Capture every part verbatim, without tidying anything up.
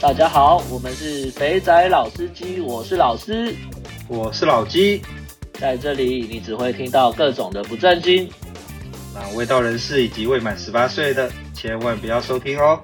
大家好，我们是肥仔老司机，我是老师， 我是老鸡。 在这里你只会听到各种的不正经， 那未到人士以及未满十八岁的，千万不要收听哦。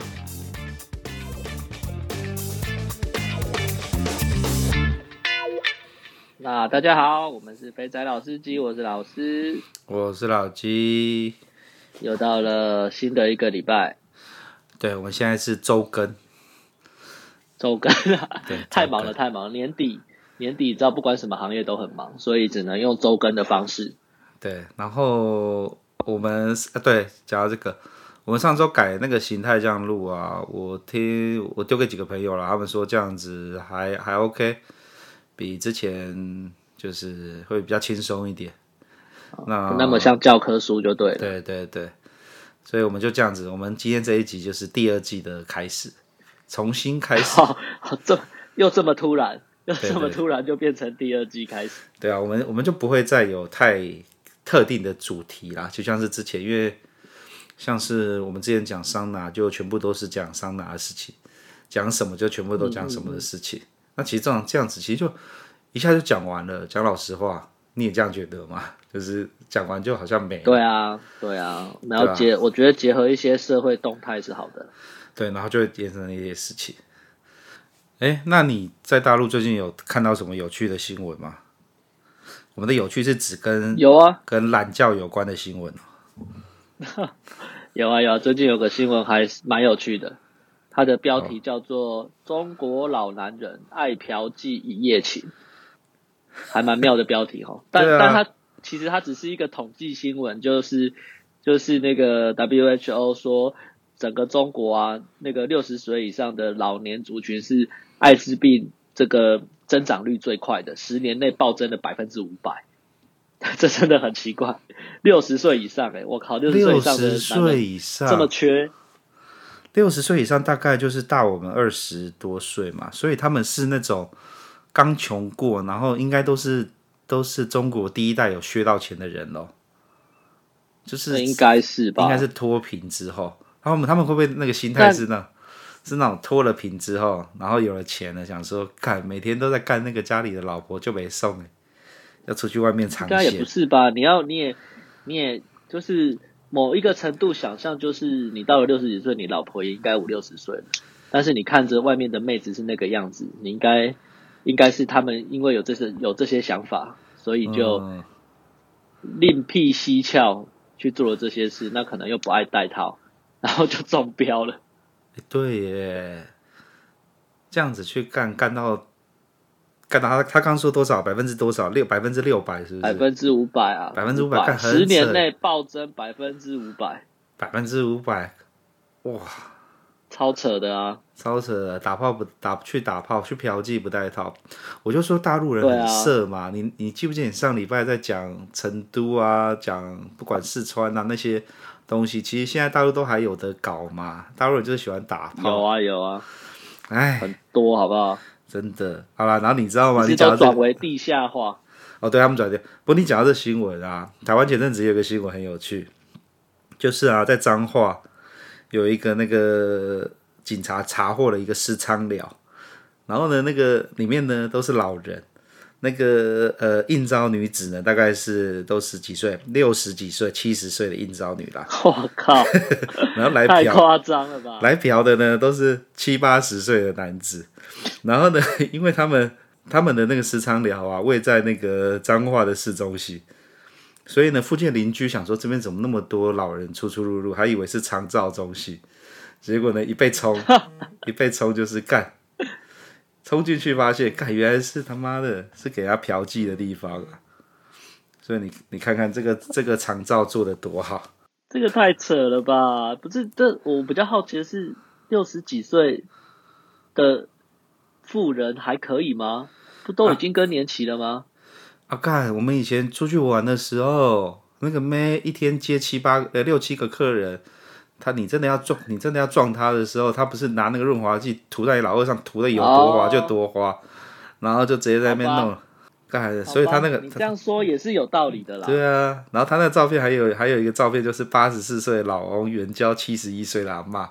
那大家好，我们是肥仔老司机，我是老师， 我是老鸡。 又到了新的一个礼拜， 对，我们现在是周更， 周更啊，太忙了，太忙了，年底年底，知道不管什么行业都很忙，所以只能用周更的方式。 对，然后我们啊，对，讲到这个，我们上周改那个形态这样录啊，我听我丢给几个朋友了，他们说这样子还还 OK， 比之前就是会比较轻松一点。那那么像教科书就对了。 对对对，所以我们就这样子，我们今天这一集就是第二季的开始，重新开始。 哦，这又这么突然，又这么突然就变成第二季开始。 对啊，我们我们就不会再有太特定的主题啦，就像是之前，因为像是我们之前讲桑拿，就全部都是讲桑拿的事情，讲什么就全部都讲什么的事情。嗯嗯嗯，那其实这样这样子，其实就一下就讲完了。讲老实话，你也这样觉得吗？就是讲完就好像没了。 对啊，对啊，然后结、啊，我觉得结合一些社会动态是好的。 对，然后就会衍生一些事情。哎，那你在大陆最近有看到什么有趣的新闻吗？我们的有趣是指跟有啊， 跟懒觉有关的新闻哦。有啊有啊，最近有个新闻还蛮有趣的，它的标题叫做“中国老男人爱嫖妓一夜情”，还蛮妙的标题哈。但、啊、但它其实它只是一个统计新闻，就是就是那个 W H O 说，整个中国啊，那个六十岁以上的老年族群是艾滋病这个增长率最快的，十年内暴增了百分之五百，这真的很奇怪。六十岁以上、欸，哎，我靠，六十岁以上的男人岁以上这么缺。 六十岁以上大概就是大我们二十多岁嘛，所以他们是那种刚穷过，然后应该都是都是中国第一代有削到钱的人咯，就是应该是吧， 应该是脱贫之后，他们他们会不会那个心态是那是那种脱了贫之后，然后有了钱了，想说干每天都在干那个家里的老婆就没送哎，要出去外面尝鲜。 应该也不是吧？你要你也你也就是某一个程度想象，就是你到了六十几岁，你老婆也应该五六十岁了，但是你看着外面的妹子是那个样子，你应该应该是他们因为有这些有这些想法，所以就另辟蹊跷去做了这些事，那可能又不爱戴套，然后就中标了。 对耶，这样子去干干到干到他他刚说多少百分之多少六百分之六百是不是？ 百分之五百啊， 百分之五百，干十年内暴增百分之五百， 百分之五百，哇， 超扯的啊！ 超扯的，打炮不打去打炮去嫖妓不戴套，我就说大陆人很色嘛。啊、你你记不记得你上礼拜在讲成都啊，讲不管四川啊那些东西，其实现在大陆都还有得搞嘛。大陆人就是喜欢打炮， 有啊有啊， 哎， 很多好不好？ 真的，好啦，然后你知道吗？你讲都转为地下化。 哦，对他们转掉。不过你讲到这新闻啊，台湾前阵子有个新闻很有趣，就是啊，在彰化有一个那个警察查获了一个私娼寮，然后呢，那个里面呢都是老人，那个呃应召女子呢大概是都十几岁、六十几岁、七十岁的应召女啦。 我靠！ 然后来嫖， 太夸张了吧？ 来嫖的呢都是七八十岁的男子，然后呢，因为他们他们的那个私娼寮啊位在那个彰化的市中心，所以呢，附近邻居想说这边怎么那么多老人出出入入，还以为是长照中心，结果呢一被冲，一被冲就是干，冲进去发现，干原来是他妈的是给他嫖妓的地方啊！所以你你看看这个这个长照做得多好。 这个太扯了吧？不是，这我比较好奇的是，六十几岁的妇人还可以吗？不都已经更年期了吗？ 啊，干！我们以前出去玩的时候，那个妹一天接七八呃六七个客人，他你真的要撞，你真的要撞他的时候，他不是拿那个润滑剂涂在你老二上，涂的有多滑就多滑，哦、然后就直接在那边弄。干，所以他那个你这样说也是有道理的啦。 对啊，然后他那个照片还有还有一个照片，就是八十四岁的老翁援交七十一岁的阿嬷，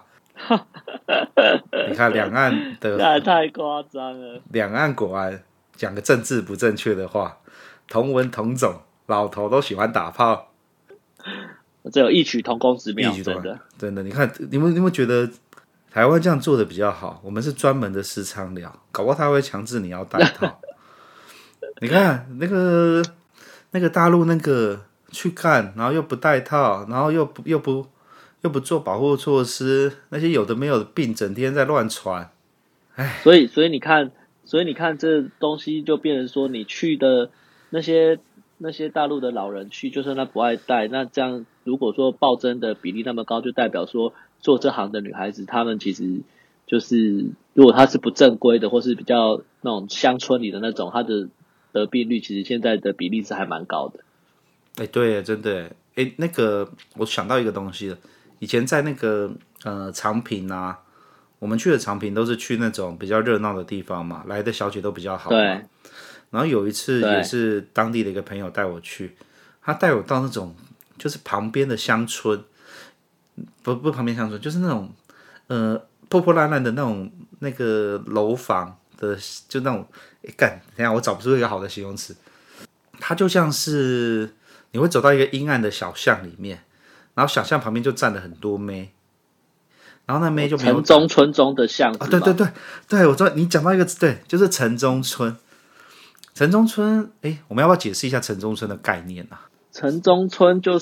你看两岸的， 那太夸张了。 两岸果然讲个政治不正确的话，同文同种，老头都喜欢打炮， 这有异曲同工之妙， 异曲同真的。 真的，你看，你们你们觉得台湾这样做的比较好？我们是专门的私娼寮，搞不好他会强制你要戴套。你看那个那个大陆那个去干，然后又不戴套，然后又不又不又不做保护措施，那些有的没有的病整天在乱传。哎， 所以所以你看，所以你看这东西就变成说，你去的那些那些大陆的老人去，就算他不爱戴，那这样如果说暴增的比例那么高，就代表说做这行的女孩子，她们其实就是如果她是不正规的，或是比较那种乡村里的那种，她的得病率其实现在的比例是还蛮高的。 哎，对，真的，哎，那个我想到一个东西了，以前在那个呃长平啊，我们去的长平都是去那种比较热闹的地方嘛，来的小姐都比较好嘛。 对。 然后有一次也是当地的一个朋友带我去，他带我到那种就是旁边的乡村，不不旁边乡村，就是那种呃破破烂烂的那种那个楼房的，就那种干，等一下我找不出一个好的形容词，它就像是你会走到一个阴暗的小巷里面，然后小巷旁边就站了很多妹。然后那妹就没有城中村中的巷子、 啊，对对对对，我知道你讲到一个对，就是城中村。城中村，哎，我们要不要解释一下城中村的概念啊？ 城中村就是，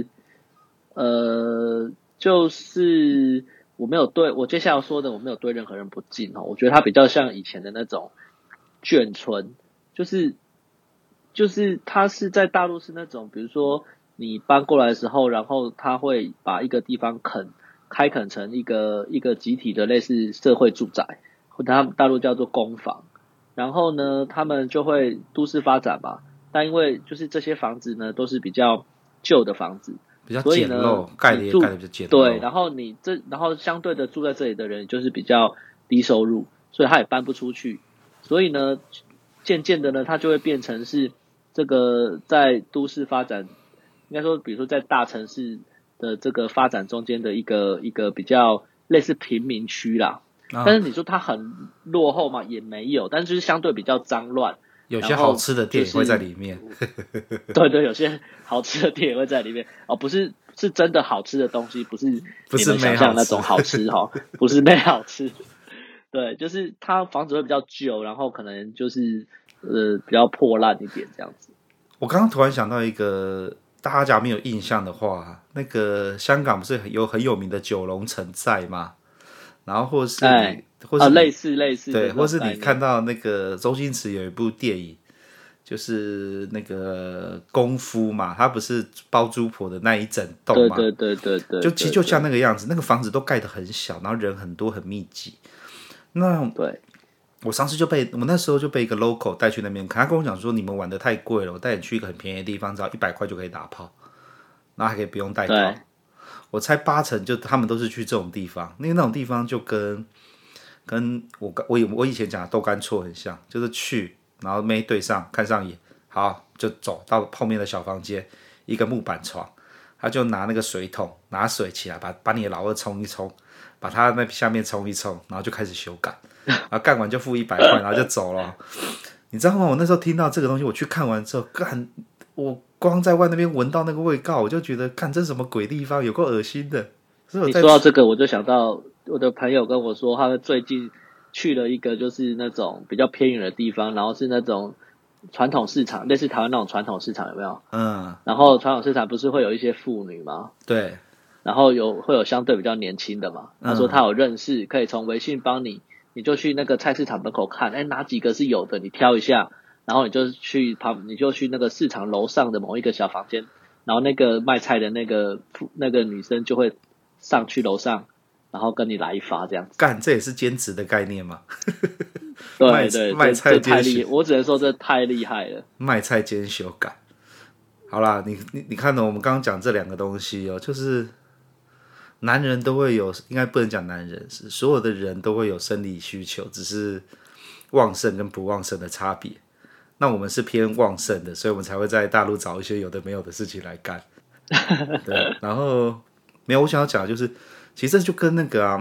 呃，就是我没有对我接下来说的，我没有对任何人不敬哦。我觉得它比较像以前的那种眷村，就是就是它是在大陆是那种，比如说你搬过来的时候，然后他会把一个地方垦开垦成一个一个集体的类似社会住宅，或者他们大陆叫做公房。然后呢，他们就会都市发展嘛，但因为就是这些房子呢都是比较旧的房子， 比较简陋，盖的也盖的比较简陋。 对，然后你这，然后相对的住在这里的人就是比较低收入，所以他也搬不出去，所以呢，渐渐的呢，他就会变成是这个在都市发展，应该说，比如说在大城市的这个发展中间的一个一个比较类似贫民区啦。但是你说它很落后嘛，也没有，但是就是相对比较脏乱， 有些好吃的店也会在里面。 对对，有些好吃的店也会在里面。哦，不是，是真的好吃的东西，不是你们想象那种好吃哈，不是没好吃。对，就是它房子会比较旧，然后可能就是呃比较破烂一点这样子。 我刚刚突然想到一个，大家假如没有印象的话，那个香港不是有很有名的九龙城寨吗？然后或是你， 哎、 或是、 啊、类似类似对，或是你看到那个周星驰有一部电影，就是那个功夫嘛，他不是包租婆的那一整栋嘛， 对对对对 对, 对， 就其实就像那个样子，那个房子都盖得很小，然后人很多很密集。那对， 我上次就被我那时候就被一个 local 带去那边看，他跟我讲说你们玩的太贵了，我带你去一个很便宜的地方，只要一百块就可以打炮，然后还可以不用带套。我猜八成就他们都是去这种地方，因为那种地方就跟跟我我我以前讲的豆干错很像，就是去然后没对上看上眼，好就走到后面的小房间，一个木板床，他就拿那个水桶拿水起来，把把你的老二冲一冲，把他那下面冲一冲，然后就开始修改，然后干完就付一百块，然后就走了。你知道吗？我那时候听到这个东西，我去看完之后，干我。光在外那边闻到那个味道，我就觉得，看这什么鬼地方，有够恶心的。 你说到这个，我就想到我的朋友跟我说，他们最近去了一个就是那种比较偏远的地方，然后是那种传统市场，类似台湾那种传统市场，有没有？嗯。然后传统市场不是会有一些妇女吗？ 对。 然后有会有相对比较年轻的嘛？他说他有认识，可以从微信帮你，你就去那个菜市场门口看，哎，哪几个是有的，你挑一下。然后你就去旁，你就去那个市场楼上的某一个小房间，然后那个卖菜的那个那个女生就会上去楼上，然后跟你来一发这样子。 干，这也是兼职的概念嘛？ 对对， 卖菜兼修， 我只能说这太厉害了。 卖菜兼修改。好啦，你你你看到我们刚刚讲这两个东西哦，就是男人都会有，应该不能讲男人，是所有的人都会有生理需求，只是旺盛跟不旺盛的差别。那我们是偏旺盛的，所以我们才会在大陆找一些有的没有的事情来干。对，然后没有，我想要讲的就是，其实这就跟那个啊，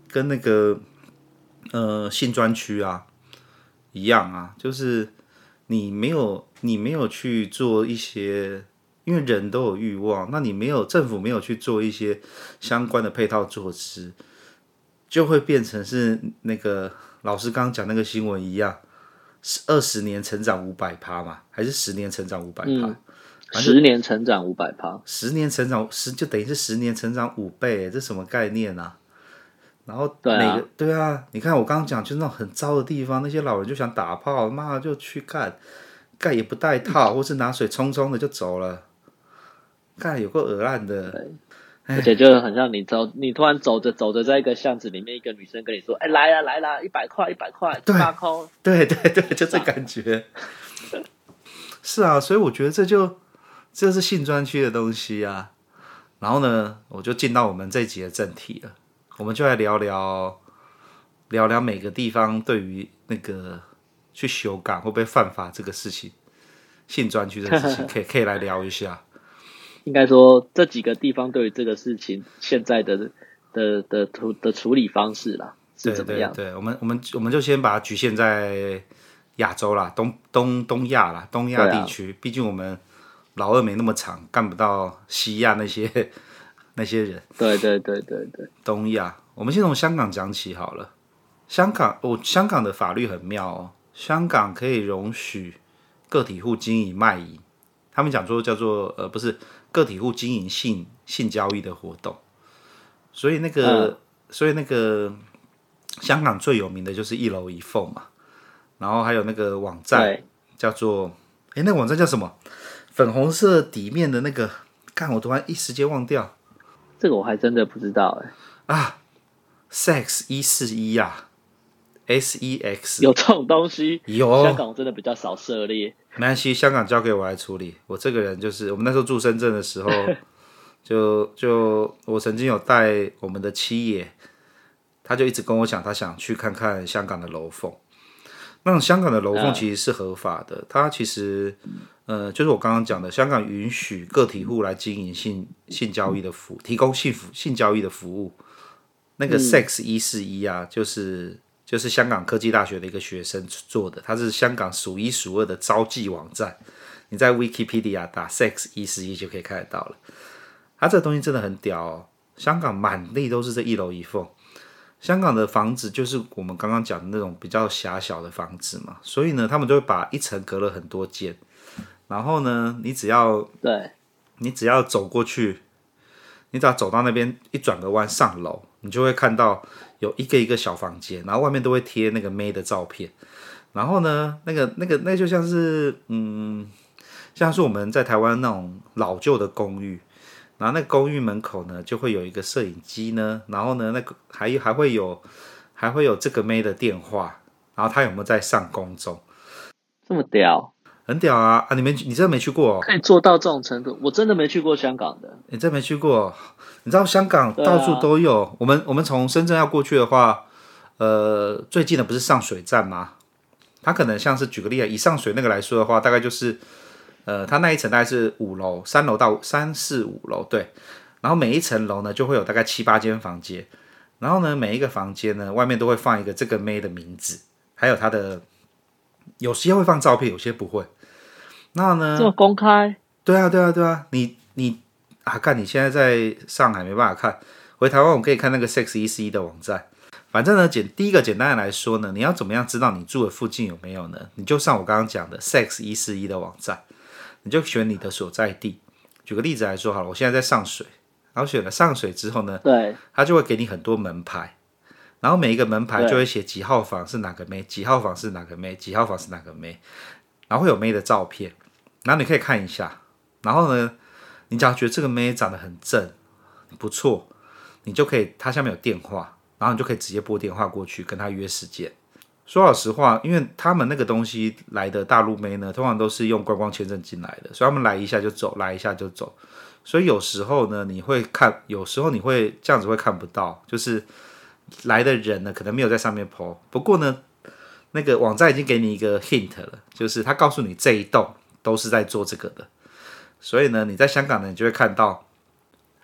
跟那个呃性专区啊一样啊，就是你没有你没有去做一些，因为人都有欲望，那你没有政府没有去做一些相关的配套措施，就会变成是那个老师刚刚讲那个新闻一样，二十年成长五百趴嘛，还是十年成长五百趴？ 嗯，十年成长五百趴， 十年成长十就等于是十年成长五倍，这什么概念啊？然后对啊每个对啊，你看我刚刚讲，就是那种很糟的地方，那些老人就想打炮，妈就去干，干也不带套，或是拿水冲冲的就走了，干有够恶烂的。 而且就很像你走，你突然走着走着，在一个巷子里面，一个女生跟你说：“哎、来啦来啦，一百块一百块，八块。” 对对对，就这感觉。是啊，所以我觉得这就这是性专区的东西啊。然后呢，我就进到我们这一集的正题了，我们就来聊聊聊聊每个地方对于那个去修改会不会犯法这个事情，性专区这个事情，可以可以来聊一下。 应该说这几个地方对于这个事情现在的的的的的处理方式啦是怎么样？ 对对对，我们我们我们就先把它局限在亚洲啦，东东东亚啦，东亚地区，毕竟我们老二没那么长，干不到西亚那些那些人。 对对对对对， 东亚，我们先从香港讲起好了。香港，哦，香港的法律很妙哦，香港可以容许个体户经营卖淫，他们讲说叫做呃不是个体户经营性性交易的活动，所以那个、嗯、所以那个香港最有名的就是一楼一凤嘛，然后还有那个网站叫做哎那个网站叫什么？粉红色底面的那个，看我突然一时间忘掉， 这个我还真的不知道哎啊 ，sex 一四一啊 ，S E X 有这种东西？ 有， 香港真的比较少涉猎。 没关系，香港交给我来处理。我这个人就是我们那时候住深圳的时候，就就我曾经有带我们的七爷，他就一直跟我讲，他想去看看香港的楼凤。那种香港的楼凤其实是合法的，它其实呃就是我刚刚讲的，香港允许个体户来经营性性交易的服务，提供性性交易的服务。那个 Sex 一四一啊，就是就是香港科技大学的一个学生做的，它是香港数一数二的招妓网站。你在 Wikipedia 打 Sex 一四一就可以看得到了。它这个东西真的很屌哦，香港满地都是这一楼一凤。香港的房子就是我们刚刚讲的那种比较狭小的房子嘛，所以呢，他们就会把一层隔了很多间，然后呢，你只要对， 你只要走过去，你只要走到那边一转个弯上楼，你就会看到有一个一个小房间，然后外面都会贴那个妹的照片，然后呢，那个那个那就像是嗯，像是我们在台湾那种老旧的公寓。然后那个公寓门口呢，就会有一个摄影机呢，然后呢，那个还还会有还会有这个妹的电话，然后她有没有在上公中？ 这么屌， 很屌啊！啊，你没你真的没去过、哦？ 可以做到这种程度？我真的没去过香港的。 你真没去过？你知道香港到处都有。啊、我们我们从深圳要过去的话，呃，最近的不是上水站吗？它可能像是举个例子，以上水那个来说的话，大概就是。呃，它那一层大概是五楼，三楼到三四五楼，对。然后每一层楼呢，就会有大概七八间房间。然后呢，每一个房间呢，外面都会放一个这个妹的名字，还有她的，有些会放照片，有些不会。那呢， 这么公开？ 对啊，对啊，对啊。你你啊，看你现在在上海没办法看，回台湾我可以看那个 Sex 一四一的网站。反正呢，简第一个简单的来说呢，你要怎么样知道你住的附近有没有呢？你就上我刚刚讲的 Sex 一四一的网站。你就选你的所在地，举个例子来说好了，我现在在上水，然后选了上水之后呢， 对， 它就会给你很多门牌，然后每一个门牌就会写几号房是哪个妹，几号房是哪个妹，几号房是哪个妹，然后会有妹的照片，然后你可以看一下，然后呢，你只要觉得这个妹长得很正，不错，你就可以，它下面有电话，然后你就可以直接拨电话过去跟她约时间。说老实话，因为他们那个东西来的大陆妹呢，通常都是用观光签证进来的，所以他们来一下就走，来一下就走。所以有时候呢，你会看，有时候你会这样子会看不到，就是来的人呢，可能没有在上面 po。不过呢，那个网站已经给你一个 hint 了，就是他告诉你这一栋都是在做这个的。所以呢，你在香港呢，你就会看到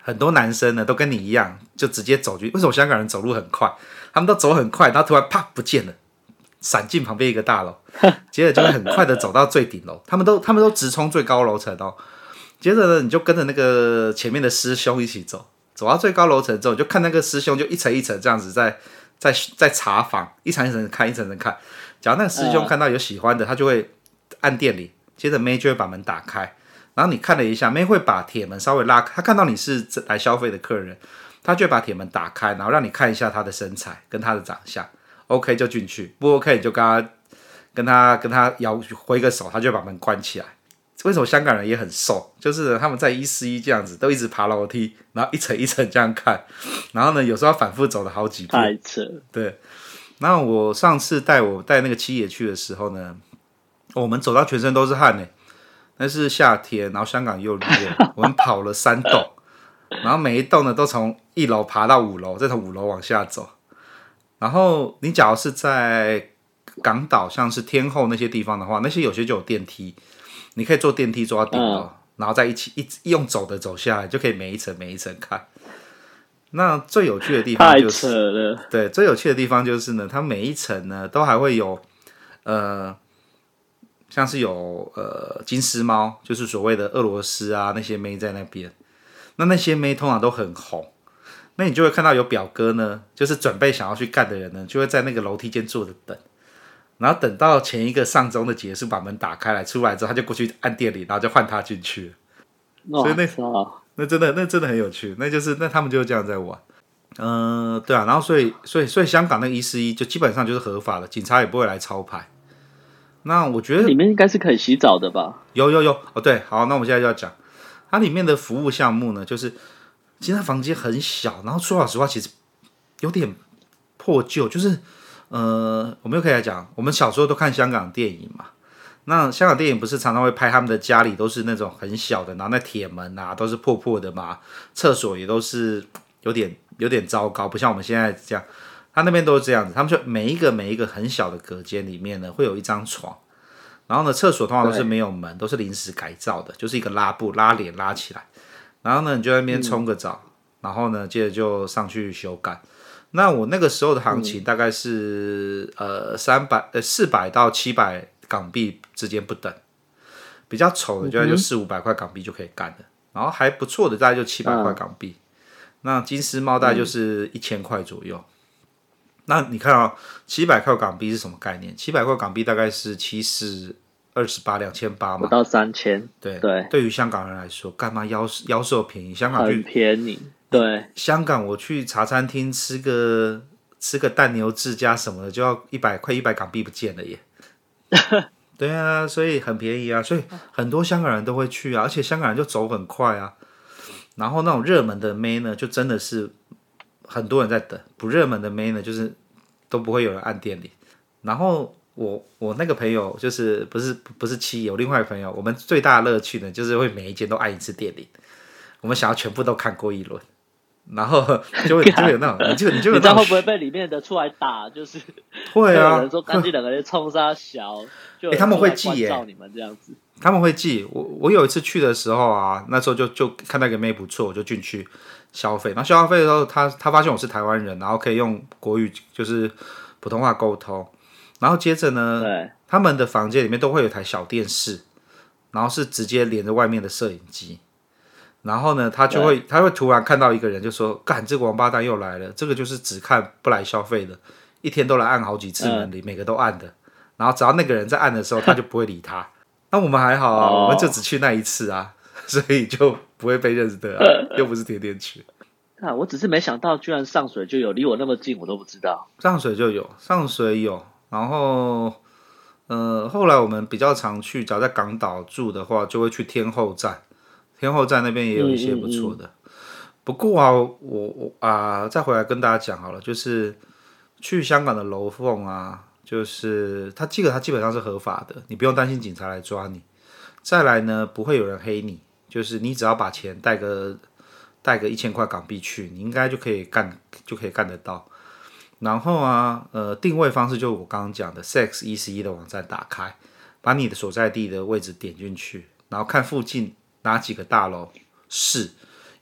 很多男生呢都跟你一样，就直接走去。为什么香港人走路很快？他们都走很快，然后突然啪不见了，闪进旁边一个大楼，接着就会很快的走到最顶楼。他们都他们都直冲最高楼层哦。接着呢，你就跟着那个前面的师兄一起走，走到最高楼层之后，就看那个师兄就一层一层这样子在在在查房，一层一层看，一层一层看。假如那个师兄看到有喜欢的，他就会按电铃，接着妹就会把门打开。然后你看了一下，妹会把铁门稍微拉开，他看到你是来消费的客人，他就会把铁门打开，然后让你看一下他的身材跟他的长相 ，OK 就进去，不 OK 你就跟他跟他跟他摇挥个手，他就会把门关起来。为什么香港人也很瘦？就是他们在一四一这样子，都一直爬楼梯，然后一层一层这样看，然后呢，有时候反复走了好几遍， 太扯。 对，然后我上次带我带那个七爷去的时候呢，我们走到全身都是汗呢。那是夏天，然后香港又热，我们跑了三栋，然后每一栋呢都从一楼爬到五楼，再从五楼往下走。然后你假如是在港岛，像是天后那些地方的话，那些有些就有电梯，你可以坐电梯坐到顶楼，嗯、然后再一起一用走的走下来，就可以每一层每一层看。那最有趣的地方就是， 太扯了。 对，最有趣的地方就是呢，它每一层呢都还会有呃。像是有呃金丝猫，就是所谓的俄罗斯啊那些妹在那边，那那些妹通常都很红，那你就会看到有表哥呢，就是准备想要去干的人呢，就会在那个楼梯间坐着等，然后等到前一个上钟的结束，把门打开来，出来之后他就过去按电铃，然后就换他进去了。所以那那真的那真的很有趣，那就是那他们就这样在玩。嗯、呃，对啊，然后所以所以所以香港那个一四一就基本上就是合法的，警察也不会来抄牌。那我觉得里面应该是可以洗澡的吧？ 有有有哦，对，好，那我们现在就要讲它里面的服务项目呢，就是其实它房间很小，然后说老实话，其实有点破旧，就是呃，我们又可以来讲，我们小时候都看香港电影嘛，那香港电影不是常常会拍他们的家里都是那种很小的，然后那铁门啊都是破破的嘛，厕所也都是有点有点糟糕，不像我们现在这样。他那边都是这样子，他们就每一个每一个很小的隔间里面呢，会有一张床，然后呢，厕所通常都是没有门，都是临时改造的，就是一个拉布拉帘拉起来，然后呢，你就在那边冲个澡，嗯、然后呢，接着就上去修改。那我那个时候的行情大概是、嗯、呃三百呃四百到七百港币之间不等，比较丑的大概就四五百块港币就可以干的，然后还不错的大概就七百块港币，嗯、那金丝猫大概就是一千块左右。那你看啊、哦，七百块港币是什么概念？七百块港币大概是七四二十八两千八嘛， 不到三千。 对对， 对于香港人来说，干嘛妖妖兽便宜？香港去很便宜。对， 香港我去茶餐厅吃个吃个蛋牛治加什么的，就要一百块一百港币不见了耶。对啊，所以很便宜啊，所以很多香港人都会去啊，而且香港人就走很快啊。然后那种热门的妹呢，就真的是。很多人在等，不热门的妹呢，就是都不会有人按电铃。然后我我那个朋友就是不是不是七，有另外一个朋友，我们最大的乐趣呢，就是会每一间都按一次电铃，我们想要全部都看过一轮，然后就会就会有那种，你就你就有那种， 你知道会不会被里面的出来打？就是会啊， 有人说干净两个人冲杀小，就、欸、 他们会记耶， 照你们这样子。 他们会记我，我有一次去的时候啊，那时候就就看到一个妹不错，我就进去消费。然后消费的时候，他他发现我是台湾人，然后可以用国语就是普通话沟通。然后接着呢，他们的房间里面都会有一台小电视，然后是直接连着外面的摄影机。然后呢，他就会他会突然看到一个人，就说：“干，这个王八蛋又来了！这个就是只看不来消费的，一天都来按好几次门铃，嗯、每个都按的。然后只要那个人在按的时候，他就不会理他。”那我们还好啊，哦、我们就只去那一次啊，所以就不会被认识的啊，又不是天天去。 啊，我只是没想到，居然上水就有，离我那么近，我都不知道。 上水就有，上水有，然后呃，后来我们比较常去，只要在港岛住的话，就会去天后站，天后站那边也有一些不错的。嗯嗯嗯不过啊，我我啊，再回来跟大家讲好了，就是去香港的楼凤啊。就是他这个，他基本上是合法的，你不用担心警察来抓你。再来呢，不会有人黑你，就是你只要把钱带个带个一千块港币去，你应该就可以干，就可以干得到。然后啊，呃，定位方式就是我刚刚讲的 Sex 一四一的网站打开，把你的所在地的位置点进去，然后看附近哪几个大楼是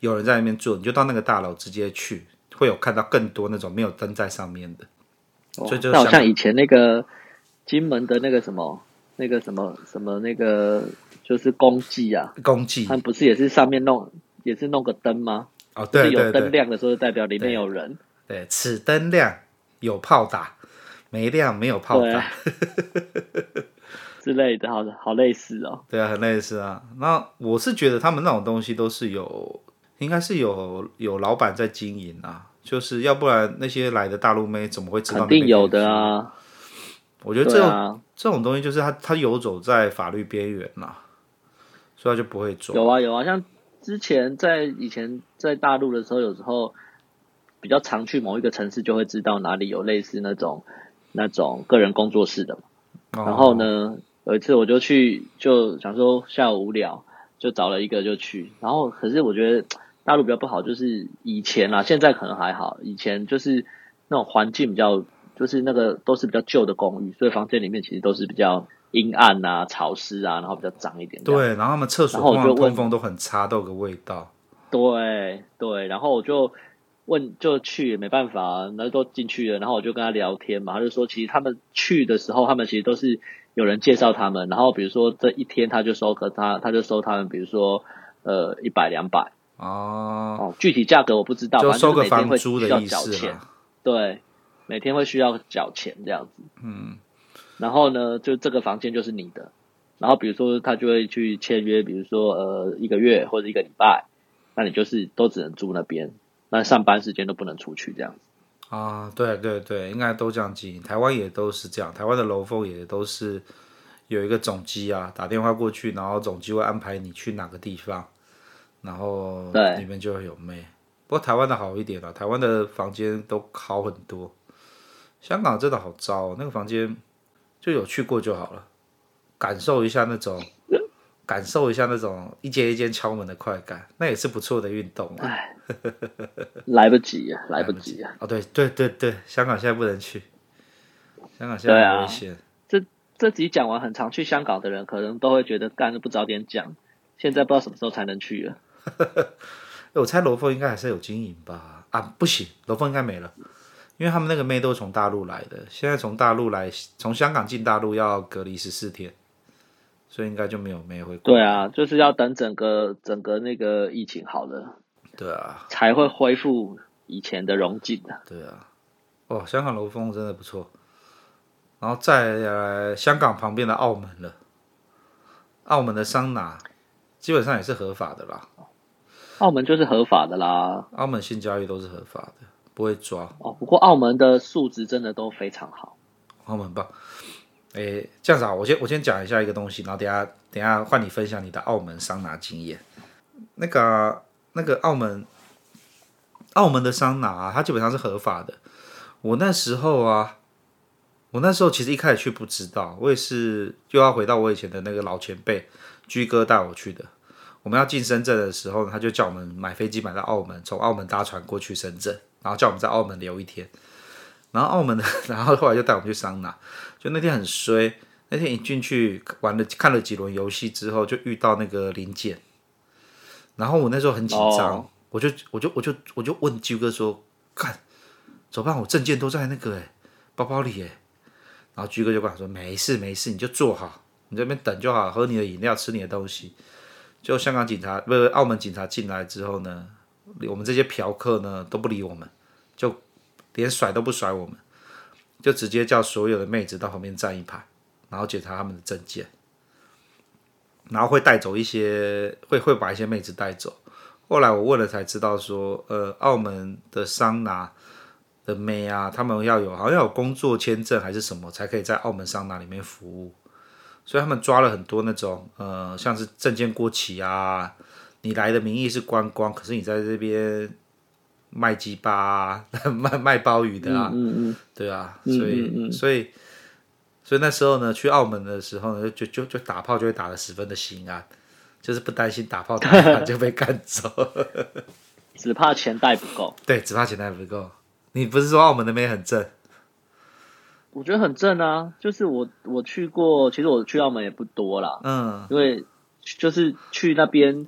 有人在那边做，你就到那个大楼直接去，会有看到更多那种没有灯在上面的。所以就那好像以前那个金门的那个什么那个什么什么那个就是公祭啊， 公祭， 他们不是也是上面弄也是弄个灯吗？ 哦，对对对， 有灯亮的时候就代表里面有人。 对，对此灯亮有炮打，没亮没有炮打。 之类的，好好类似哦。 对啊，很类似啊。那我是觉得他们那种东西都是有，应该是有有老板在经营啊，就是要不然那些来的大陆妹怎么会知道那边可以去？ 肯定有的啊。 我觉得这种、 啊、 这种东西就是他他游走在法律边缘啦，所以他就不会抓。 有啊有啊，像之前在以前在大陆的时候，有时候比较常去某一个城市，就会知道哪里有类似那种那种个人工作室的嘛。 哦、 然后呢？有一次我就去，就想说下午无聊，就找了一个就去。然后可是我觉得大陆比较不好，就是以前啦，现在可能还好。以前就是那种环境比较，就是那个都是比较旧的公寓，所以房间里面其实都是比较阴暗啊、潮湿啊，然后比较脏一点。 对，然后他们厕所通常通风都很差，都有个味道。 对对，然后我就问，就去也没办法，那都进去了，然后我就跟他聊天嘛，他就说其实他们去的时候，他们其实都是有人介绍他们，然后比如说这一天他就收个他他就收他们，比如说呃一百两百哦，具体价格我不知道， 就收个房租的意思啦。 对，每天会需要缴钱这样子。嗯，然后呢，就这个房间就是你的，然后比如说他就会去签约，比如说呃一个月或者一个礼拜，那你就是都只能住那边。那上班时间都不能出去这样子啊，对对对，应该都这样经营。台湾也都是这样，台湾的楼凤也都是有一个总机啊，打电话过去，然后总机会安排你去哪个地方，然后里面就会有妹。不过台湾的好一点啊，台湾的房间都好很多。香港真的好糟哦，那个房间就有去过就好了，感受一下那种。感受一下那种一间一间敲门的快感，那也是不错的运动啊。 来不及啊，来不及啊！ 哦，对对对对，香港现在不能去，香港现在很危险。 啊、这这集讲完，很常去香港的人可能都会觉得干不早点讲，现在不知道什么时候才能去了。 我猜罗凤应该还是有经营吧？啊，不行，罗凤应该没了，因为他们那个妹都是从大陆来的，现在从大陆来，从香港进大陆要隔离十四天。所以应该就没有妹会过。 对啊，就是要等整个整个那个疫情好了， 对啊， 才会恢复以前的荣景的。 对啊，哦，香港楼峰真的不错。然后再来香港旁边的澳门了，澳门的桑拿基本上也是合法的啦。 澳门就是合法的啦， 澳门性交易都是合法的，不会抓。 哦，不过澳门的素质真的都非常好。 澳门棒。诶，这样子啊，我先我先讲一下一个东西，然后等一下等一下换你分享你的澳门桑拿经验。那个、啊、那个澳门澳门的桑拿、啊，它基本上是合法的。我那时候啊，我那时候其实一开始去不知道，我也是又要回到我以前的那个老前辈居哥带我去的。我们要进深圳的时候，他就叫我们买飞机买到澳门，从澳门搭船过去深圳，然后叫我们在澳门留一天。然后澳门的，然后后来就带我们去桑拿，就那天很衰。那天一进去玩了看了几轮游戏之后，就遇到那个临检，然后我那时候很紧张，哦、我就我就我就我就问啾哥说：“看，怎么办？我证件都在那个哎包包里哎。”然后啾哥就跟我说：“没事没事，你就坐好，你这边等就好，喝你的饮料，吃你的东西。”就香港警察不是澳门警察进来之后呢，我们这些嫖客呢都不理我们，就。连甩都不甩我们，就直接叫所有的妹子到旁边站一排，然后检查他们的证件，然后会带走一些，会会把一些妹子带走。后来我问了才知道说，呃，澳门的桑拿的妹啊，他们要有好像要有工作签证还是什么，才可以在澳门桑拿里面服务。所以他们抓了很多那种，呃，像是证件过期啊，你来的名义是观光，可是你在这边。卖鸡巴啊，卖卖鲍鱼的啊， 嗯嗯嗯对啊，所以、嗯嗯嗯、所以所以那时候呢，去澳门的时候呢，就就就打炮就会打得十分的心安，就是不担心打炮打一打就被赶走， 只怕钱袋不够。 对，只怕钱袋不够。你不是说澳门的妹很正？ 我觉得很正啊，就是我我去过，其实我去澳门也不多啦，嗯，因为就是去那边。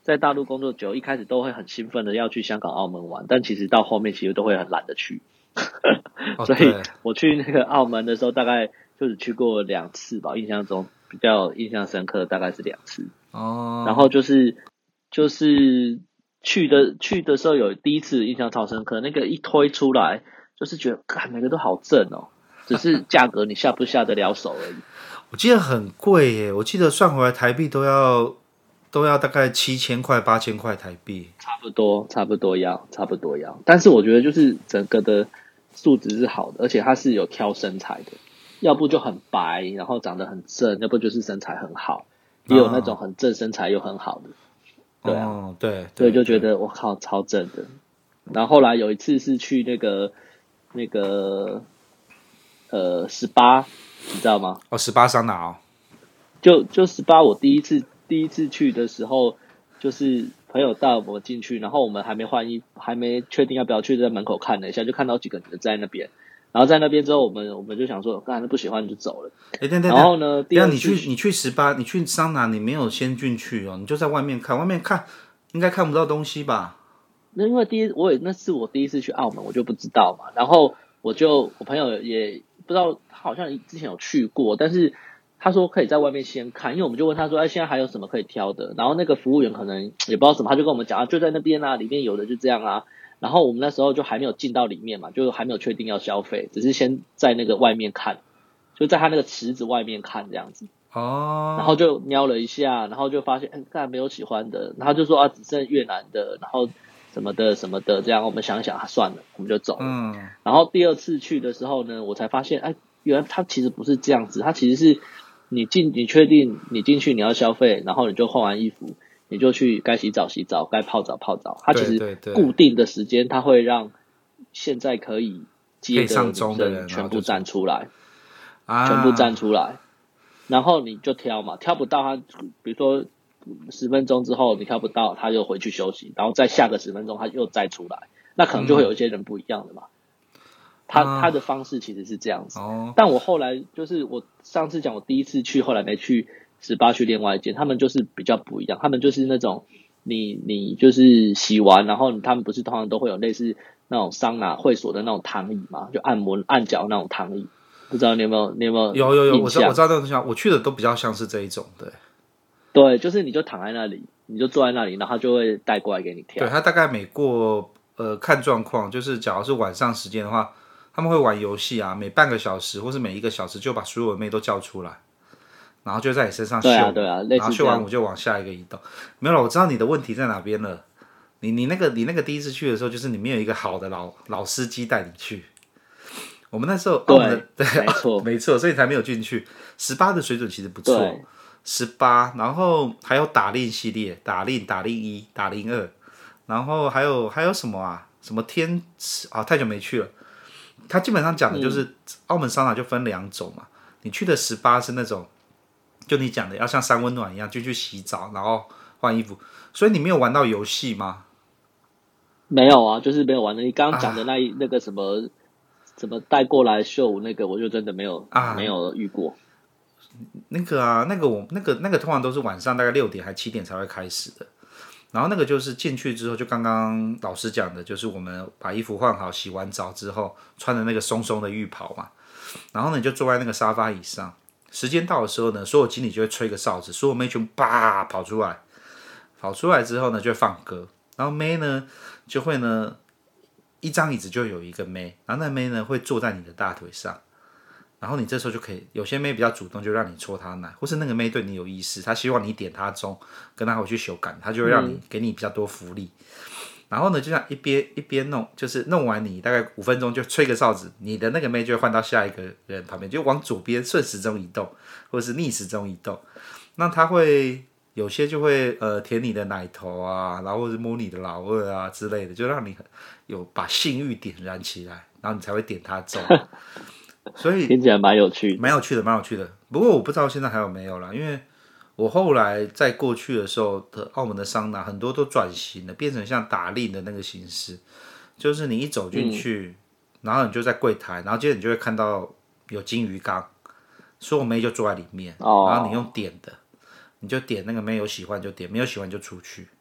在大陆工作久，一开始都会很兴奋的要去香港、澳门玩，但其实到后面其实都会很懒得去。 哦， 所以对， 我去那个澳门的时候，大概就只去过两次吧，印象中比较印象深刻的大概是两次。 哦， 然后就是就是去的去的时候有第一次印象超深刻，那个一推出来就是觉得，看每个都好正哦，只是价格你下不下得了手而已。 我记得很贵耶，我记得算回来台币都要都要大概七千块、八千块台币。 差不多，差不多要，差不多要。但是我觉得就是整个的素质是好的，而且它是有挑身材的，要不就很白，然后长得很正，要不就是身材很好，也有那种很正身材又很好的。对啊， 哦，对， 所以就觉对得我靠超正的。然后后来有一次是去那个那个呃十八，你知道吗？ 哦，十八桑拿哦， 就就十八，我第一次第一次去的时候，就是朋友带我们进去，然后我们还没换衣服，还没确定要不要去，在门口看了一下，就看到几个人在那边。然后在那边之后，我们我们就想说，刚才不喜欢就走了。 哎，等等， 然后呢，第等二次下你去你去十八，你去桑拿，你没有先进去哦，你就在外面看，外面看应该看不到东西吧？ 那因为第一，我也那是我第一次去澳门，我就不知道嘛。然后我就我朋友也不知道，他好像之前有去过，但是他说可以在外面先看，因为我们就问他说，哎，现在还有什么可以挑的？然后那个服务员可能也不知道什么，他就跟我们讲啊，就在那边啊，里面有的就这样啊。然后我们那时候就还没有进到里面嘛，就还没有确定要消费，只是先在那个外面看，就在他那个池子外面看这样子。 哦， 然后就瞄了一下，然后就发现，哎，刚才没有喜欢的，然后就说啊，只剩越南的，然后什么的什么的，这样我们想一想，啊，算了，我们就走了。 嗯， 然后第二次去的时候呢，我才发现，哎，原来它其实不是这样子，它其实是你进，你确定你进去你要消费，然后你就换完衣服，你就去该洗澡洗澡，该泡澡泡澡。它其实对对对固定的时间，它会让现在可以可接以上的女钟的人生全部然后就站出来， 啊， 全部站出来。然后你就挑嘛，挑不到他，比如说十分钟之后你挑不到，他就回去休息，然后再下个十分钟他又再出来，那可能就会有一些人不一样的嘛。他啊他的方式其实是这样子， 哦， 但我后来就是我上次讲我第一次去，后来没去十八去另外一间，他们就是比较不一样，他们就是那种你你就是洗完，然后他们不是通常都会有类似那种桑拿会所的那种躺椅嘛，就按摩按脚那种躺椅。不知道你有没有你有没有有有有， 印象我知道我知道那种东西啊，我去的都比较像是这一种，对， 对，就是你就躺在那里，你就坐在那里，然后他就会带过来给你跳。 对他大概每过呃看状况，就是假如是晚上时间的话，他们会玩游戏啊，每半个小时或是每一个小时就把所有的妹都叫出来，然后就在你身上秀， 对啊对啊，类然后似这样。 秀完舞就往下一个移动。没有了，我知道你的问题在哪边了。你你那个你那个第一次去的时候，就是你没有一个好的老老司机带你去。我们那时候澳门的对， 对， 没错没错，所以才没有进去。十八的水准其实不错对， 十八，然后还有打令系列，打令、打令一、打令二，然后还有还有什么啊？什么天啊？太久没去了。它基本上讲的就是、 嗯澳门桑拿就分两种嘛。你去的十八是那种，就你讲的要像三温暖一样，就去洗澡，然后换衣服。所以你没有玩到游戏吗？ 没有啊，就是没有玩的。你刚刚讲的那一、那个什么什么带过来秀舞那个，我就真的没有、 啊没有遇过。 那个啊，那个我那个那个通常都是晚上大概六点还七点才会开始的。然后那个就是进去之后，就刚刚老师讲的，就是我们把衣服换好，洗完澡之后，穿的那个松松的浴袍嘛，然后呢你就坐在那个沙发椅上。时间到的时候呢，所有经理就会吹个哨子，所有妹全部啪跑出来，跑出来之后呢就会放歌，然后妹呢就会呢一张椅子就有一个妹，然后那妹呢会坐在你的大腿上。然后你这时候就可以，有些妹比较主动，就让你戳她奶，或是那个妹对你有意思，她希望你点她钟，跟她回去修改，她就会让你、 嗯、 给你比较多福利。然后呢，就像一边一边弄，就是弄完你大概五分钟就吹个哨子，你的那个妹就会换到下一个人旁边，就往左边顺时钟移动，或者是逆时钟移动。那她会有些就会呃舔你的奶头啊，然后或是摸你的老二啊之类的，就让你有把性欲点燃起来，然后你才会点她钟。所以听起来蛮有趣的， 蛮有趣的，蛮有趣的。不过我不知道现在还有没有啦，因为我后来在过去的时候的澳门的桑拿很多都转型了，变成像打令的那个形式，就是你一走进去，嗯、然后你就在柜台，然后接着你就会看到有金鱼缸，所有妹就坐在里面， 哦、 然后你用点的，你就点那个妹有喜欢就点，没有喜欢就出去。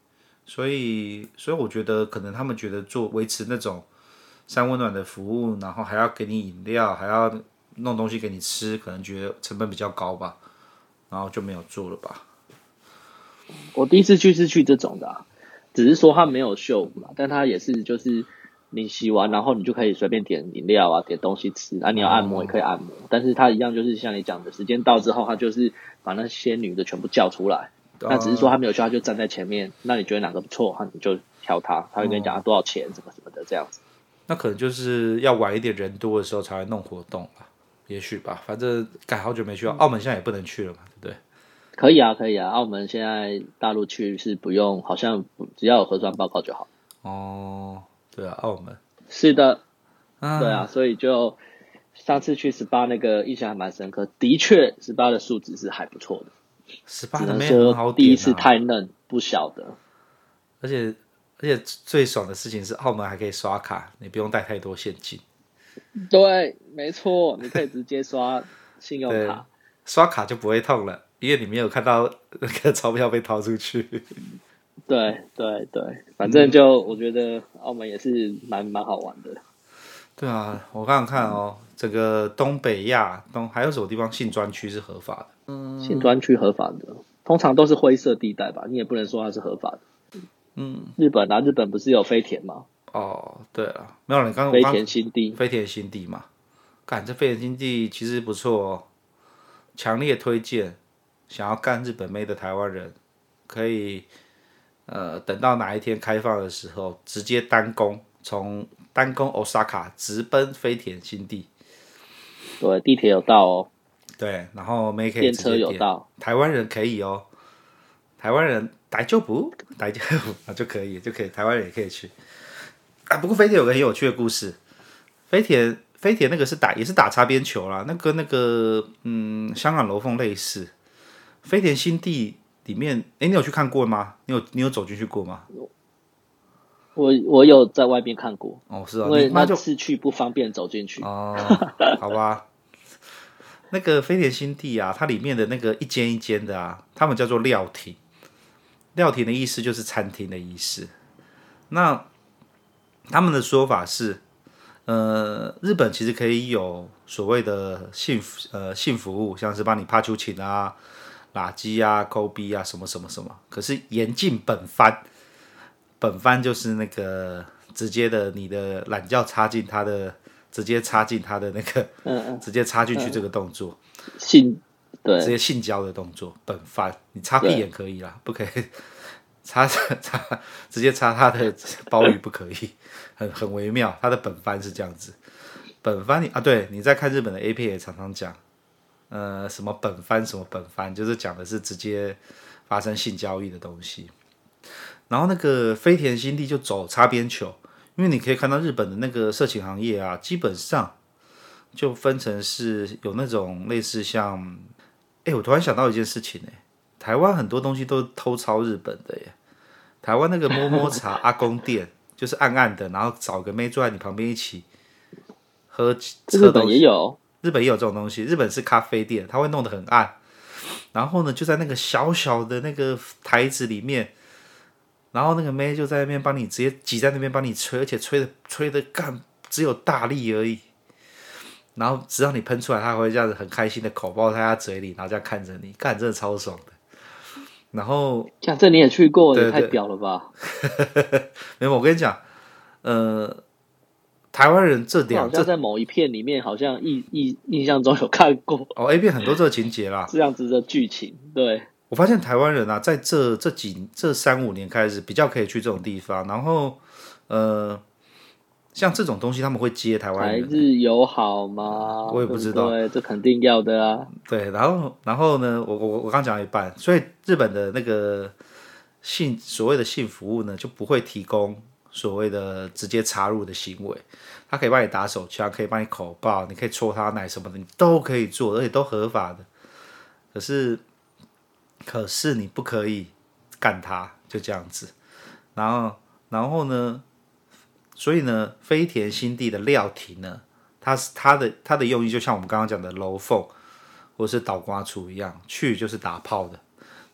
所以所以我觉得可能他们觉得做维持那种三温暖的服务，然后还要给你饮料，还要弄东西给你吃，可能觉得成本比较高吧，然后就没有做了吧。 我第一次去是去这种的、啊，只是说它没有秀舞啦，但它也是就是你洗完，然后你就可以随便点饮料啊，点东西吃啊，你要按摩也可以按摩，但是它一样就是像你讲的，时间到之后，它就是把那些女的全部叫出来。那只是说他没有秀，他就站在前面。那你觉得哪个不错，那你就挑他，他会跟你讲多少钱，什么什么的这样子。 那可能就是要晚一点人多的时候才会弄活动吧，也许吧。反正改好久没去了，澳门现在也不能去了嘛，对不对？ 可以啊，可以啊。澳门现在大陆去是不用，好像只要有核酸报告就好。 哦，对啊，澳门是的， 啊， 对啊，所以就上次去十八那个印象还蛮深刻，的确十八的素质是还不错的。 十八只能的妹很好说点、啊、 第一次太嫩，不晓得。 而且而且最爽的事情是澳门还可以刷卡，你不用带太多现金。 对，没错，你可以直接刷信用卡， 刷卡就不会痛了，因为你没有看到那个钞票被掏出去。 对对对，反正就我觉得澳门也是蛮蛮好玩的。 对啊，我刚刚看哦，整个东北亚东还有什么地方性专区是合法的？ 嗯，性专区合法的，通常都是灰色地带吧，你也不能说它是合法的。嗯，日本啊，日本不是有飞田吗？ 哦，对了，没有，你刚刚飞田新地， 飞田新地嘛，干这飞田新地其实不错哦，强烈推荐，想要干日本妹的台湾人可以，呃，等到哪一天开放的时候，直接单攻从单攻 Osaka 直奔飞田新地。 对，地铁有到哦。 对，然后妹可以直接电车有到， 台湾人可以哦，台湾人大丈夫，大丈夫啊就可以就可以，台湾人也可以去。啊，不过飞田有个很有趣的故事，飞田飞田那个是打也是打擦边球啦，那跟那个嗯香港楼凤类似。飞田新地里面，哎，你有去看过吗？你有你有走进去过吗？ 我我有在外面看过， 哦，是啊， 因为那就次去不方便走进去。 哦，好吧。那个飞田新地啊，它里面的那个一间一间的啊，他们叫做料亭。料亭的意思就是餐厅的意思。那他们的说法是，呃，日本其实可以有所谓的性呃性服务，像是帮你帕秋琴啊、拉鸡啊、抠逼啊什么什么什么。可是严禁本番，本番就是那个直接的你的懒觉插进他的。直接插进他的那个，嗯嗯，直接插进去这个动作， 性对， 直接性交的动作，本番你插屁眼可以啦，不可以插插直接插他的鲍鱼不可以，很很微妙。他的本番是这样子，本番你啊，对，你在看日本的 A 片也常常讲，呃，什么本番什么本番，就是讲的是直接发生性交易的东西。然后那个飞田新地就走擦边球。因为你可以看到日本的那个色情行业啊，基本上就分成是有那种类似像，哎，我突然想到一件事情哎，台湾很多东西都偷抄日本的耶。台湾那个摸摸茶阿公店，就是暗暗的，然后找个妹坐在你旁边一起喝喝日本也有， 日本也有这种东西。日本是咖啡店，它会弄得很暗，然后呢就在那个小小的那个台子里面。然后那个妹就在那边帮你直接挤在那边帮你吹，而且吹的吹的干只有大力而已。然后直到你喷出来，他会这样子很开心的口爆在他嘴里，然后这样看着你，干真的超爽的。然后， 像这你也去过，也太屌了吧！ 没有，我跟你讲，呃，台湾人这点， 好像在某一片里面，好像印印印象中有看过。 哦 ，A 片很多这个情节啦， 这样子的剧情，对。 我发现台湾人啊，在这这几这三五年开始比较可以去这种地方，然后呃，像这种东西他们会接台湾人。 台日友好吗？ 我也不知道， 对，这肯定要的啊。 对，然后然后呢，我我我刚讲了一半，所以日本的那个性所谓的性服务呢，就不会提供所谓的直接插入的行为，他可以帮你打手枪，可以帮你口爆，你可以戳他奶什么的，你都可以做，而且都合法的。可是。可是你不可以干他，就这样子。然后，然后呢？所以呢，飞田新地的料亭呢，它是它的它的用意，就像我们刚刚讲的楼凤或是倒瓜厨一样，去就是打炮的。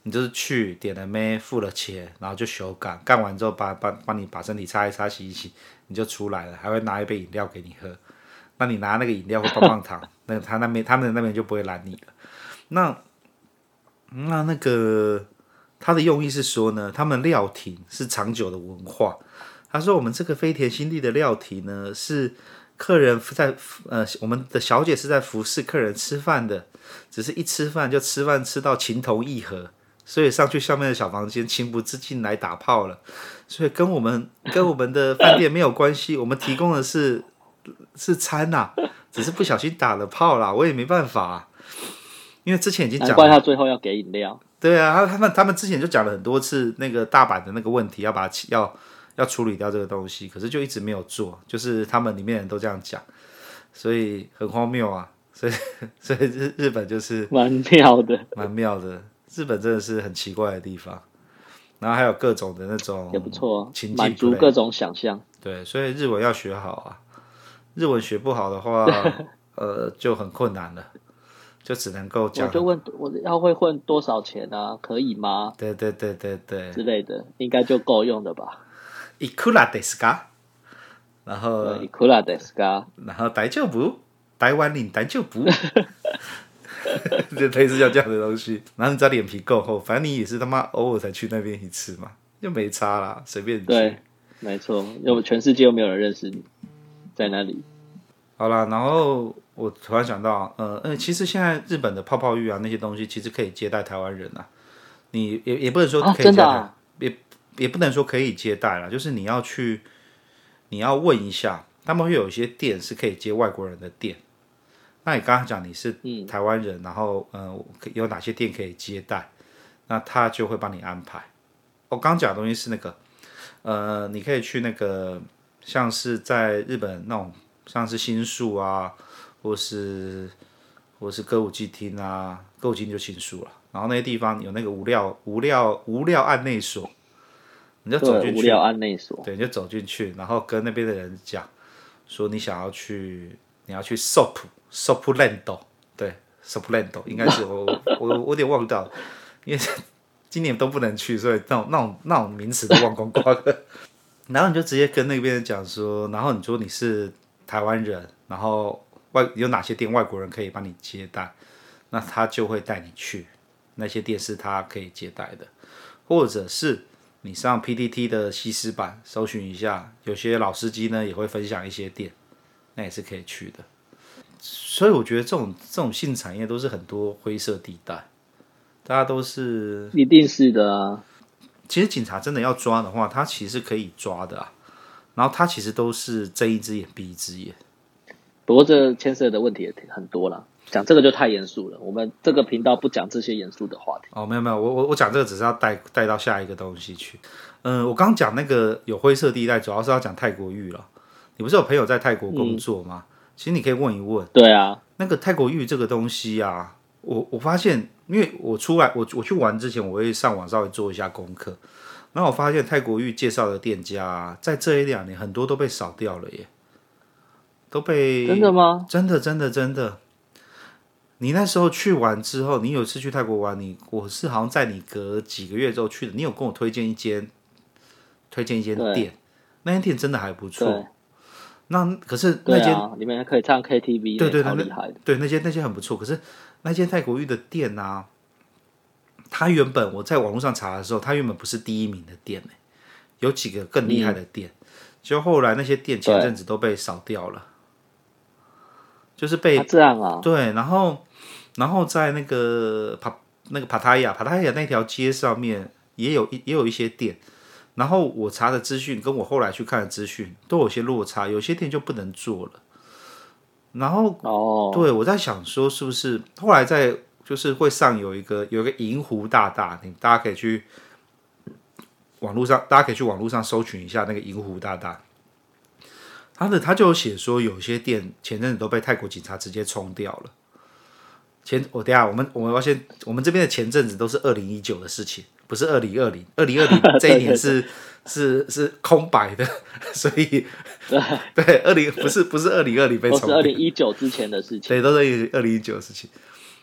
你就是去点了妹，付了钱，然后就休干，干完之后把把帮你把身体擦一擦、洗一洗，你就出来了，还会拿一杯饮料给你喝。那你拿那个饮料或棒棒糖，那他那边他们那边就不会拦你了。那那那个他的用意是说呢，他们料亭是长久的文化。他说我们这个飞田新地的料亭呢，是客人在呃我们的小姐是在服侍客人吃饭的，只是一吃饭就吃饭吃到情投意合。所以上去下面的小房间，情不自禁来打炮了。所以跟我们跟我们的饭店没有关系，我们提供的是是餐呐、啊，只是不小心打了炮啦，我也没办法、啊。因为之前已经讲了， 难怪他最后要给饮料。 对啊，他们他们之前就讲了很多次那个大阪的那个问题，要把要要处理掉这个东西，可是就一直没有做，就是他们里面人都这样讲，所以很荒谬啊。所以所以日日本就是蛮妙的， 蛮妙的。日本真的是很奇怪的地方，然后还有各种的那种也不错， 情境满足 play 各种想象。 对，所以日文要学好啊，日文学不好的话，呃，就很困难了，就只能够讲。 我就问我要会混多少钱啊？可以吗？ 对对对对对， 之类的，应该就够用的吧。 いくらですか？然后いくらですか？ 然后大丈夫？台湾人大丈夫？就类似像这样的东西，然后你只要脸皮够厚，反正你也是他妈偶尔才去那边一次嘛，又没差啦，随便你去。 对，没错，又全世界又没有人认识你，在那里。 好啦，然后我突然想到，呃，呃，其实现在日本的泡泡浴啊那些东西，其实可以接待台湾人啊。你也也不能说可以接待， 啊真的啊、 也也不能说可以接待啦，就是你要去，你要问一下，他们会有一些店是可以接外国人的店。那你刚刚讲你是台湾人，嗯、然后呃有哪些店可以接待，那他就会帮你安排。我刚刚讲的东西是那个，呃，你可以去那个像是在日本那种像是新宿啊，或是或是歌舞伎町啊，歌舞伎町就新宿了。然后那些地方有那个无料无料无料案内所，你就走进去， 无料案内所， 对，你就走进去，然后跟那边的人讲说你想要去，你要去 S O P S O P Land， 对 S O P Land 应该是我我我有点忘掉，因为今年都不能去，所以那种那种那种名词都忘光光了。然后你就直接跟那边人讲说，然后你说你是台湾人，然后外有哪些店外国人可以帮你接待，那他就会带你去那些店是他可以接待的，或者是你上 P T T 的西施版搜寻一下，有些老司机呢也会分享一些店，那也是可以去的。所以我觉得这种这种性产业都是很多灰色地带，大家都是一定是的啊。 其实警察真的要抓的话，他其实可以抓的啊。然后他其实都是睁一只眼闭一只眼。 不过这牵涉的问题也很多啦，讲这个就太严肃了。我们这个频道不讲这些严肃的话题。 哦，没有没有，我我我讲这个只是要带带到下一个东西去。嗯，我刚讲那个有灰色地带，主要是要讲泰国浴了。你不是有朋友在泰国工作吗？嗯、其实你可以问一问。 对啊， 那个泰国浴这个东西啊，我我发现，因为我出来我我去玩之前，我会上网稍微做一下功课，然后我发现泰国浴介绍的店家、啊，在这一两年很多都被扫掉了耶，都被真的吗？ 真的真的真的。你那时候去完之后，你有一次去泰国玩，你我是好像在你隔几个月之后去的，你有跟我推荐一间推荐一间店，那间店真的还不错。那可是那间、 啊、里面还可以唱 K T V， 对对对， 好厉害的。 对，那间那间很不错。可是那间泰国浴的店啊，它原本我在网络上查的时候，它原本不是第一名的店、欸、有几个更厉害的店，就、嗯、后来那些店前阵子都被扫掉了，就是被、 啊、这样啊， 对，然后然后在那个帕那个帕塔亚帕塔亚那条街上面也有也有一些店。然后我查的资讯跟我后来去看的资讯都有些落差，有些店就不能做了。然后， 哦， 对我在想说，是不是后来在就是会上有一个有一个银湖大大，你大家可以去网络上，大家可以去网络上搜寻一下那个银湖大大。他的他就有写说，有些店前阵子都被泰国警察直接冲掉了。前我等一下我们我们要先，我们这边的前阵子都是二零一九的事情。不是二零二零，二零二零这一年是是是空白的，所以对对，二零不是不是二零二零被冲掉， 都是二零一九之前的事情， 对，都是二零一九的事情。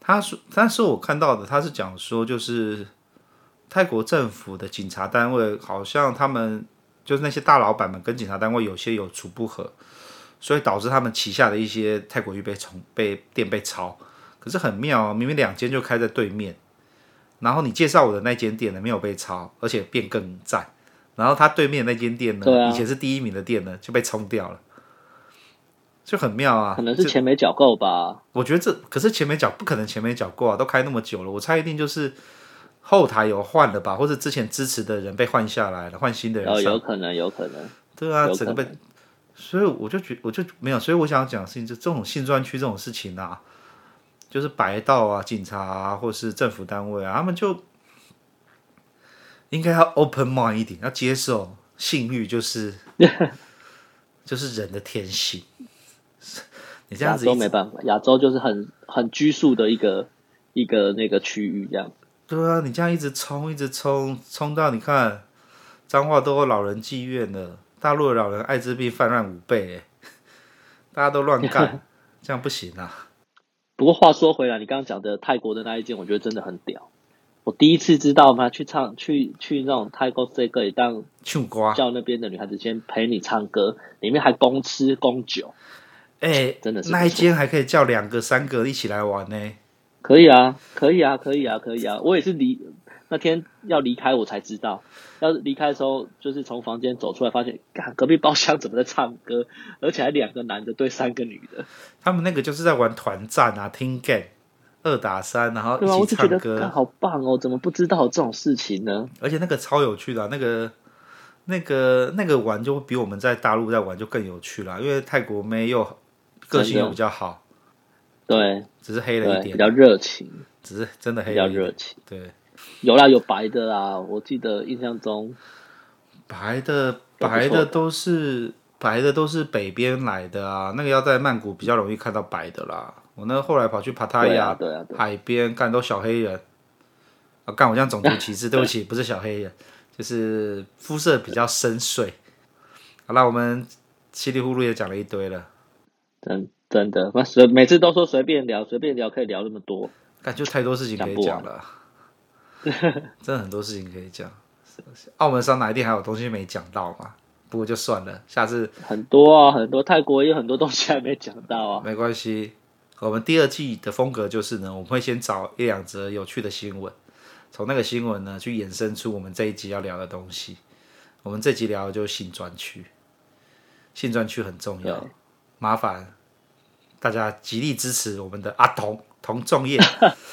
他说，但是我看到的，他是讲说，就是泰国政府的警察单位，好像他们就是那些大老板们跟警察单位有些有处不和，所以导致他们旗下的一些泰国浴被重被店被抄。可是很妙哦，明明两间就开在对面，然后你介绍我的那间店呢没有被抄，而且变更赞。然后他对面那间店呢， 啊、 以前是第一名的店呢，就被冲掉了，就很妙啊。 可能是钱没缴够吧？ 我觉得这可是钱没缴，不可能钱没缴够啊，都开那么久了，我猜一定就是后台有换了吧，或者之前支持的人被换下来了，换新的人上。 哦，有可能，有可能。 对啊，整个被，所以我就觉我就没有，所以我想讲的事情，就这种性专区这种事情啊，就是白道啊、警察啊，或是政府单位啊，他们就。应该要 open mind 一点，要接受性欲就是就是人的天性。你这样子亚洲没办法，亚洲就是很很拘束的一个一个那个区域这样。 对啊，你这样一直冲一直冲，冲到你看彰化都有老人妓院了，大陆的老人艾滋病泛滥五倍，哎，大家都乱干，这样不行啊。 不过话说回来，你刚刚讲的泰国的那一件，我觉得真的很屌。我第一次知道嘛，去唱去去那种泰国 C 歌，当唱歌叫那边的女孩子先陪你唱歌，里面还供吃供酒， 哎、欸， 真的是那一间还可以叫两个三个一起来玩呢。 可以啊，可以啊，可以啊，可以啊！我也是离那天要离开我才知道，要离开的时候就是从房间走出来，发现干隔壁包厢怎么在唱歌，而且还两个男的对三个女的。 他们那个就是在玩团战啊，听 game。二打三，然后一起唱歌， 对啊，我就觉得好棒哦！怎么不知道有这种事情呢？ 而且那个超有趣的、啊，那个、那个、那个玩就比我们在大陆在玩就更有趣了，因为泰国妹又个性又比较好， 对， 只是黑了一点， 比较热情， 只是真的黑了一点， 比较热情。 对， 有啦，有白的啦，我记得印象中， 白的白的都是白的都是北边来的啊，那个要在曼谷比较容易看到白的啦。我那后来跑去帕塔亚、 对啊对啊对啊、 海边干都小黑人，啊干我这样种族歧视，对不起，不是小黑人，就是肤色比较深邃。好了，我们稀里糊涂也讲了一堆了， 真真的，随每次都说随便聊，随便聊可以聊那么多， 感觉太多事情可以讲了，真的很多事情可以讲。澳门桑拿一定还有东西没讲到嘛？不过就算了，下次很多啊，很多泰国也有很多东西还没讲到啊， 没关系。我们第二季的风格就是呢，我们会先找一两则有趣的新闻，从那个新闻呢去衍生出我们这一集要聊的东西。我们这集聊的就是性专区，性专区很重要，麻烦大家极力支持我们的阿童童仲彦。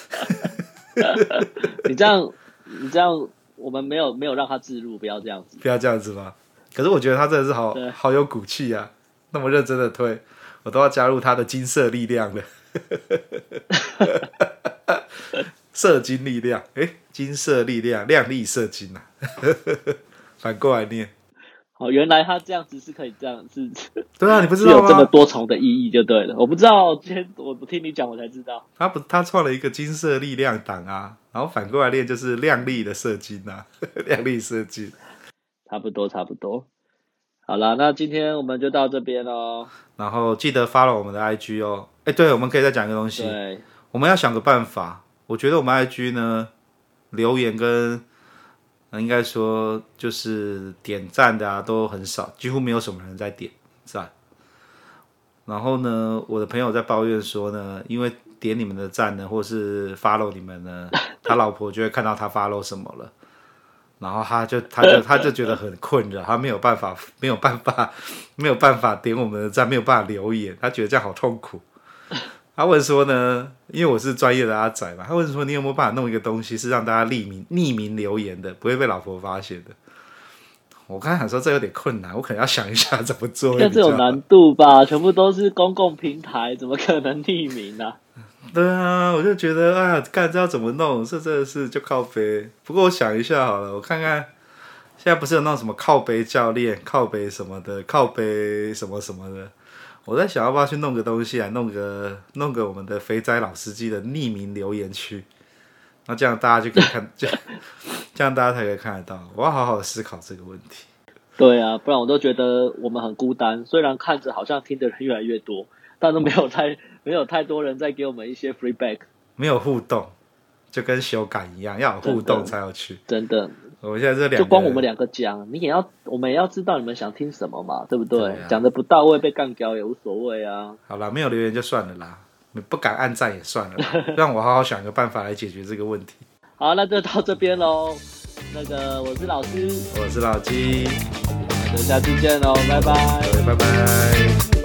你这样，你这样，我们没有没有让他置入，不要这样子， 不要这样子吧。可是我觉得他真的是好好有骨气啊，那么认真的推，我都要加入他的金色力量了。射精力量，哎、欸，金色力量，亮丽射精啊！反过来念。 哦，原来他这样子是可以这样是。 对啊，你不知道吗？ 是有这么多重的意义就对了。我不知道，今天我听你讲我才知道。 他不，他创了一个金色力量党啊，然后反过来念就是亮丽的射精啊，亮丽射精。 差不多，差不多。好啦，那今天我们就到这边咯。 然后记得 follow 我们的 I G 哦。哎，对，我们可以再讲一个东西。 对， 我们要想个办法。我觉得我们 I G 呢，留言跟、呃、应该说就是点赞的啊，都很少，几乎没有什么人在点赞。然后呢，我的朋友在抱怨说呢，因为点你们的赞呢，或是 follow 你们呢，他老婆就会看到他 follow 什么了。然后他就他就他就觉得很困扰，他没有办法没有办法没有办法点我们的赞，没有办法留言，他觉得这样好痛苦。他问说呢，因为我是专业的阿仔嘛，他问说你有没有办法弄一个东西是让大家匿名匿名留言的，不会被老婆发现的。我刚才想说这有点困难，我可能要想一下怎么做。 但这有难度吧？全部都是公共平台，怎么可能匿名啊？ 对啊，我就觉得啊，干这要怎么弄？这真的是就靠背。不过我想一下好了，我看看，现在不是有那种什么靠背教练、靠背什么的、靠背什么什么的。我在想要不要去弄个东西来弄个弄个我们的肥仔老司机的匿名留言区，那这样大家就可以看，这样这样大家才可以看得到。我要好好的思考这个问题。 对啊，不然我都觉得我们很孤单。虽然看着好像听的人越来越多，但都没有太没有太多人在给我们一些 feedback。 没有互动，就跟修改一样，要有互动才有趣。 真的， 我现在这两个就光我们两个讲，你也要，我们也要知道你们想听什么嘛，对不对？讲的、啊、不到位被干掉也无所谓啊。 好啦，没有留言就算了啦，不敢按赞也算了啦，让我好好想个办法来解决这个问题。 好，那就到这边喽。那个，我是老师， 我是老鸡， 那就下次见喽，拜拜， 拜拜。